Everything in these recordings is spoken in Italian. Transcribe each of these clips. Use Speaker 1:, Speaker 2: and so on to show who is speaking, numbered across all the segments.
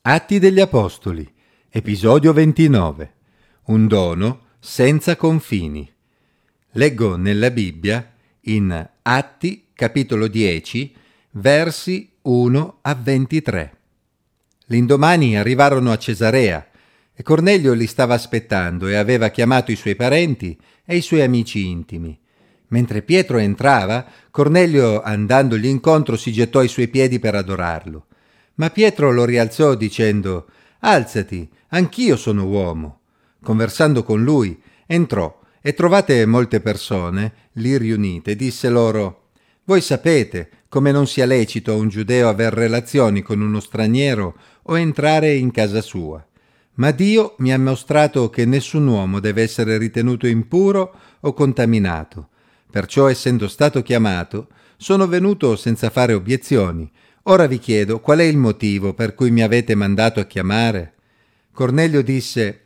Speaker 1: Atti degli Apostoli, episodio 29. Un dono senza confini. Leggo nella Bibbia in Atti, capitolo 10, versi 1 a 23. L'indomani arrivarono a Cesarea e Cornelio li stava aspettando e aveva chiamato i suoi parenti e i suoi amici intimi. Mentre Pietro entrava, Cornelio, andandogli incontro, si gettò ai suoi piedi per adorarlo. Ma Pietro lo rialzò dicendo: «Alzati, anch'io sono uomo». Conversando con lui, entrò e trovate molte persone lì riunite, disse loro: «Voi sapete come non sia lecito a un giudeo aver relazioni con uno straniero o entrare in casa sua. Ma Dio mi ha mostrato che nessun uomo deve essere ritenuto impuro o contaminato. Perciò, essendo stato chiamato, sono venuto senza fare obiezioni. Ora vi chiedo qual è il motivo per cui mi avete mandato a chiamare?» Cornelio disse: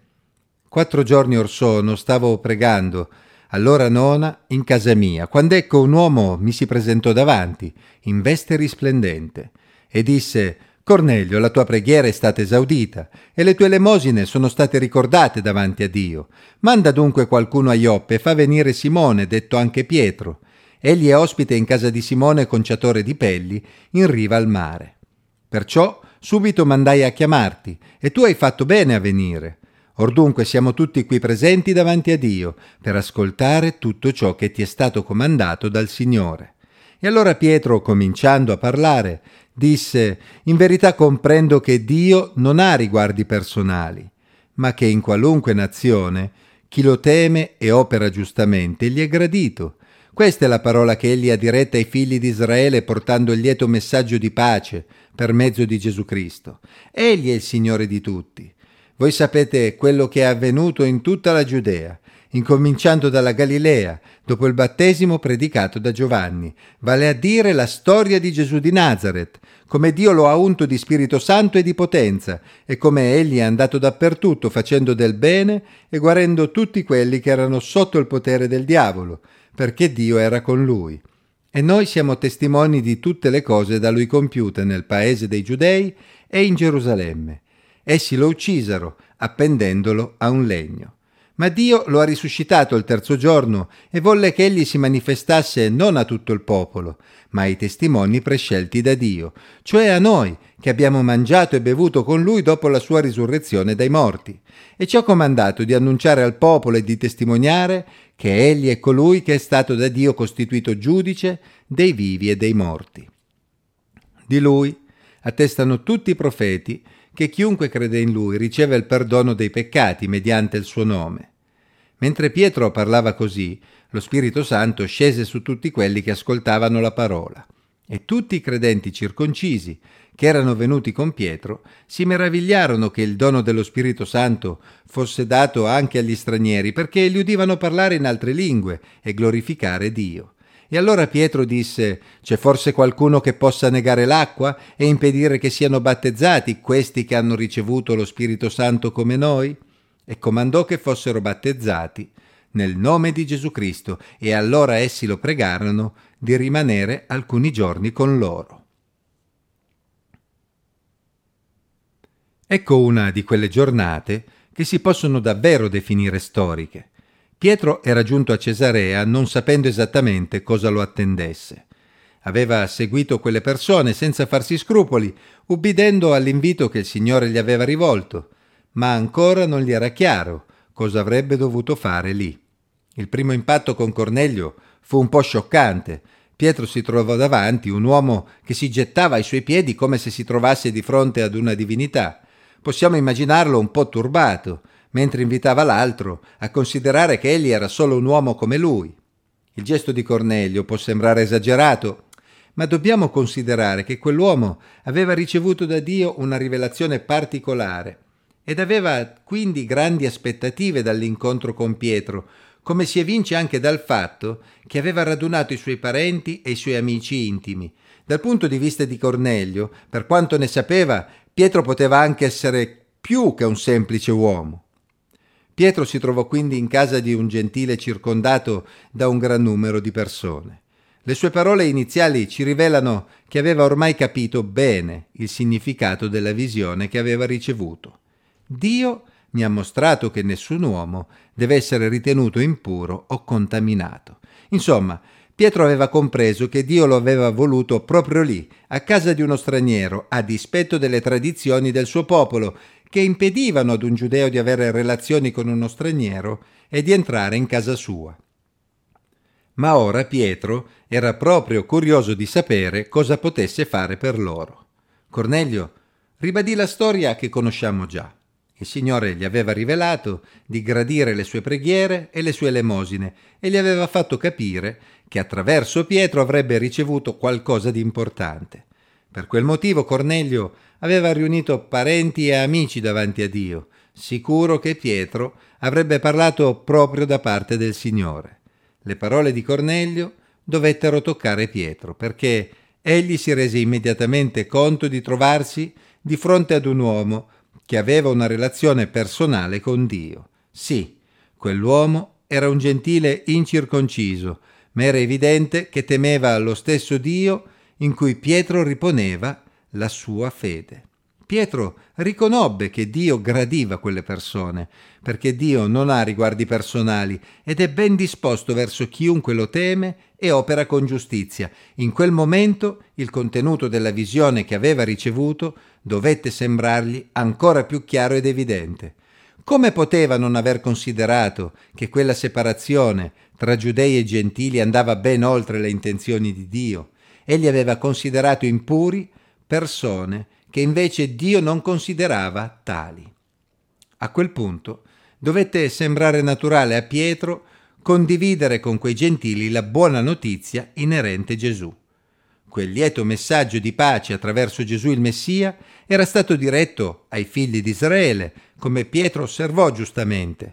Speaker 1: 4 giorni or sono stavo pregando all'ora nona in casa mia, quando ecco un uomo mi si presentò davanti, in veste risplendente, e disse: «Cornelio, la tua preghiera è stata esaudita e le tue elemosine sono state ricordate davanti a Dio. Manda dunque qualcuno a Ioppe e fa venire Simone, detto anche Pietro. Egli è ospite in casa di Simone, conciatore di pelli, in riva al mare». Perciò subito mandai a chiamarti, e tu hai fatto bene a venire. Or dunque siamo tutti qui presenti davanti a Dio, per ascoltare tutto ciò che ti è stato comandato dal Signore. E allora Pietro, cominciando a parlare, disse: «In verità comprendo che Dio non ha riguardi personali, ma che in qualunque nazione chi lo teme e opera giustamente gli è gradito. Questa è la parola che egli ha diretta ai figli di Israele, portando il lieto messaggio di pace per mezzo di Gesù Cristo. Egli è il Signore di tutti. Voi sapete quello che è avvenuto in tutta la Giudea, incominciando dalla Galilea, dopo il battesimo predicato da Giovanni, vale a dire la storia di Gesù di Nazaret, come Dio lo ha unto di Spirito Santo e di potenza, e come egli è andato dappertutto facendo del bene e guarendo tutti quelli che erano sotto il potere del diavolo, perché Dio era con lui. E noi siamo testimoni di tutte le cose da lui compiute nel paese dei Giudei e in Gerusalemme. Essi lo uccisero, appendendolo a un legno. Ma Dio lo ha risuscitato il 3° giorno e volle che egli si manifestasse non a tutto il popolo, ma ai testimoni prescelti da Dio, cioè a noi, che abbiamo mangiato e bevuto con lui dopo la sua risurrezione dai morti. E ci ha comandato di annunciare al popolo e di testimoniare che egli è colui che è stato da Dio costituito giudice dei vivi e dei morti. Di lui attestano tutti i profeti che chiunque crede in lui riceve il perdono dei peccati mediante il suo nome. Mentre Pietro parlava così, lo Spirito Santo scese su tutti quelli che ascoltavano la parola. E tutti i credenti circoncisi che erano venuti con Pietro si meravigliarono che il dono dello Spirito Santo fosse dato anche agli stranieri, perché li udivano parlare in altre lingue e glorificare Dio. E allora Pietro disse: «C'è forse qualcuno che possa negare l'acqua e impedire che siano battezzati questi che hanno ricevuto lo Spirito Santo come noi?» E comandò che fossero battezzati nel nome di Gesù Cristo, e allora essi lo pregarono di rimanere alcuni giorni con loro. Ecco una di quelle giornate che si possono davvero definire storiche. Pietro era giunto a Cesarea non sapendo esattamente cosa lo attendesse. Aveva seguito quelle persone senza farsi scrupoli, ubbidendo all'invito che il Signore gli aveva rivolto, ma ancora non gli era chiaro cosa avrebbe dovuto fare lì. Il primo impatto con Cornelio fu un po' scioccante. Pietro si trovò davanti un uomo che si gettava ai suoi piedi come se si trovasse di fronte ad una divinità. Possiamo immaginarlo un po' turbato, mentre invitava l'altro a considerare che egli era solo un uomo come lui. Il gesto di Cornelio può sembrare esagerato, ma dobbiamo considerare che quell'uomo aveva ricevuto da Dio una rivelazione particolare ed aveva quindi grandi aspettative dall'incontro con Pietro, come si evince anche dal fatto che aveva radunato i suoi parenti e i suoi amici intimi. Dal punto di vista di Cornelio, per quanto ne sapeva, Pietro poteva anche essere più che un semplice uomo. Pietro si trovò quindi in casa di un gentile circondato da un gran numero di persone. Le sue parole iniziali ci rivelano che aveva ormai capito bene il significato della visione che aveva ricevuto. Dio mi ha mostrato che nessun uomo deve essere ritenuto impuro o contaminato. Insomma, Pietro aveva compreso che Dio lo aveva voluto proprio lì, a casa di uno straniero, a dispetto delle tradizioni del suo popolo, che impedivano ad un giudeo di avere relazioni con uno straniero e di entrare in casa sua. Ma ora Pietro era proprio curioso di sapere cosa potesse fare per loro. Cornelio ribadì la storia che conosciamo già. Il Signore gli aveva rivelato di gradire le sue preghiere e le sue elemosine e gli aveva fatto capire che attraverso Pietro avrebbe ricevuto qualcosa di importante. Per quel motivo Cornelio aveva riunito parenti e amici davanti a Dio, sicuro che Pietro avrebbe parlato proprio da parte del Signore. Le parole di Cornelio dovettero toccare Pietro, perché egli si rese immediatamente conto di trovarsi di fronte ad un uomo che aveva una relazione personale con Dio. Sì, quell'uomo era un gentile incirconciso, ma era evidente che temeva lo stesso Dio in cui Pietro riponeva la sua fede. Pietro riconobbe che Dio gradiva quelle persone, perché Dio non ha riguardi personali ed è ben disposto verso chiunque lo teme e opera con giustizia. In quel momento il contenuto della visione che aveva ricevuto dovette sembrargli ancora più chiaro ed evidente. Come poteva non aver considerato che quella separazione tra giudei e gentili andava ben oltre le intenzioni di Dio? Egli aveva considerato impuri persone che invece Dio non considerava tali. A quel punto dovette sembrare naturale a Pietro condividere con quei gentili la buona notizia inerente Gesù. Quel lieto messaggio di pace attraverso Gesù il Messia era stato diretto ai figli di Israele, come Pietro osservò giustamente.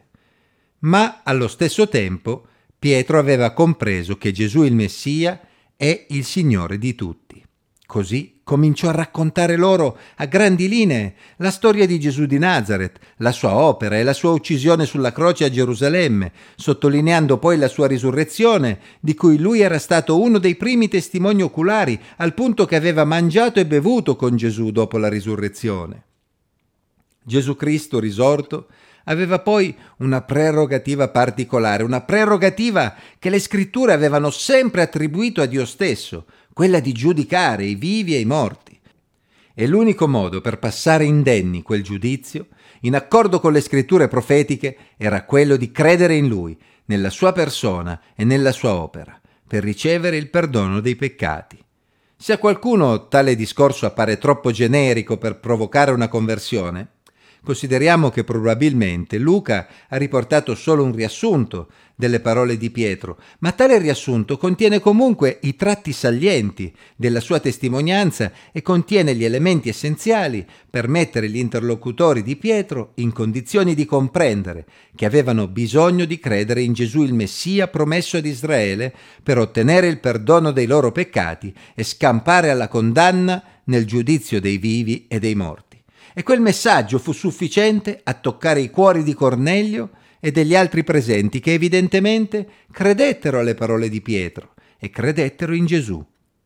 Speaker 1: Ma allo stesso tempo Pietro aveva compreso che Gesù il Messia è il Signore di tutti. Così cominciò a raccontare loro a grandi linee la storia di Gesù di Nazaret, la sua opera e la sua uccisione sulla croce a Gerusalemme, sottolineando poi la sua risurrezione, di cui lui era stato uno dei primi testimoni oculari, al punto che aveva mangiato e bevuto con Gesù dopo la risurrezione. Gesù Cristo risorto aveva poi una prerogativa particolare, una prerogativa che le scritture avevano sempre attribuito a Dio stesso, quella di giudicare i vivi e i morti. E l'unico modo per passare indenni quel giudizio, in accordo con le scritture profetiche, era quello di credere in Lui, nella sua persona e nella sua opera, per ricevere il perdono dei peccati. Se a qualcuno tale discorso appare troppo generico per provocare una conversione, consideriamo che probabilmente Luca ha riportato solo un riassunto delle parole di Pietro, ma tale riassunto contiene comunque i tratti salienti della sua testimonianza e contiene gli elementi essenziali per mettere gli interlocutori di Pietro in condizioni di comprendere che avevano bisogno di credere in Gesù il Messia promesso ad Israele per ottenere il perdono dei loro peccati e scampare alla condanna nel giudizio dei vivi e dei morti. E quel messaggio fu sufficiente a toccare i cuori di Cornelio e degli altri presenti che evidentemente credettero alle parole di Pietro e credettero in Gesù.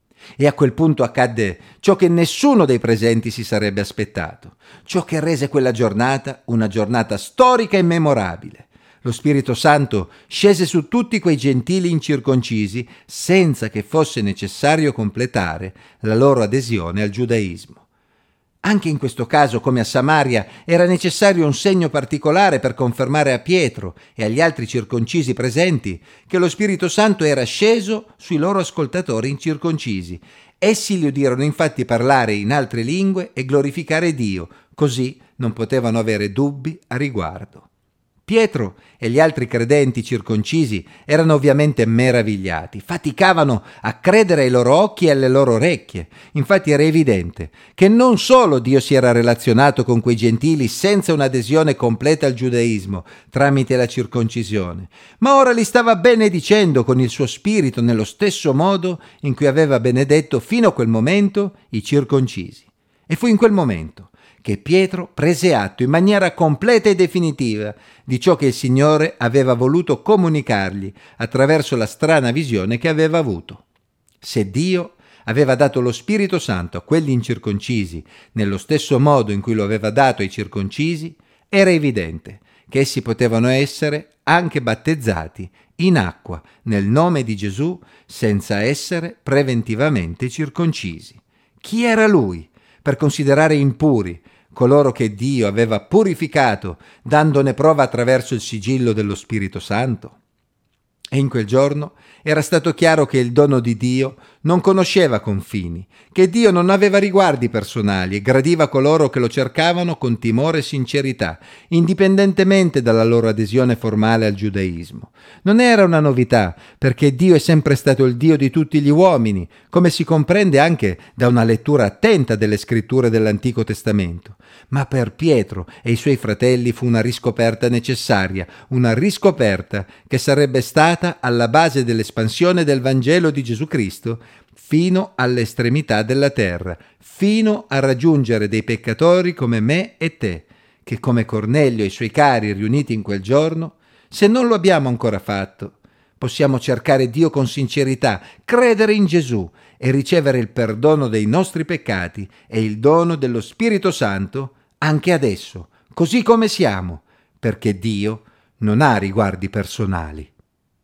Speaker 1: E a quel punto accadde ciò che nessuno dei presenti si sarebbe aspettato, ciò che rese quella giornata una giornata storica e memorabile. Lo Spirito Santo scese su tutti quei gentili incirconcisi senza che fosse necessario completare la loro adesione al giudaismo. Anche in questo caso, come a Samaria, era necessario un segno particolare per confermare a Pietro e agli altri circoncisi presenti che lo Spirito Santo era sceso sui loro ascoltatori incirconcisi. Essi li udirono infatti parlare in altre lingue e glorificare Dio, così non potevano avere dubbi a riguardo. Pietro e gli altri credenti circoncisi erano ovviamente meravigliati, faticavano a credere ai loro occhi e alle loro orecchie. Infatti era evidente che non solo Dio si era relazionato con quei gentili senza un'adesione completa al giudaismo tramite la circoncisione, ma ora li stava benedicendo con il suo spirito nello stesso modo in cui aveva benedetto fino a quel momento i circoncisi. E fu in quel momento che Pietro prese atto in maniera completa e definitiva di ciò che il Signore aveva voluto comunicargli attraverso la strana visione che aveva avuto. Se Dio aveva dato lo Spirito Santo a quelli incirconcisi nello stesso modo in cui lo aveva dato ai circoncisi, era evidente che essi potevano essere anche battezzati in acqua nel nome di Gesù senza essere preventivamente circoncisi. Chi era lui per considerare impuri coloro che Dio aveva purificato dandone prova attraverso il sigillo dello Spirito Santo? E in quel giorno era stato chiaro che il dono di Dio non conosceva confini, che Dio non aveva riguardi personali e gradiva coloro che lo cercavano con timore e sincerità, indipendentemente dalla loro adesione formale al giudaismo. Non era una novità, perché Dio è sempre stato il Dio di tutti gli uomini, come si comprende anche da una lettura attenta delle scritture dell'Antico Testamento. Ma per Pietro e i suoi fratelli fu una riscoperta necessaria, una riscoperta che sarebbe stata alla base dell'espansione del Vangelo di Gesù Cristo fino all'estremità della terra, fino a raggiungere dei peccatori come me e te, che come Cornelio e i suoi cari riuniti in quel giorno, se non lo abbiamo ancora fatto, possiamo cercare Dio con sincerità, credere in Gesù e ricevere il perdono dei nostri peccati e il dono dello Spirito Santo anche adesso, così come siamo, perché Dio non ha riguardi personali.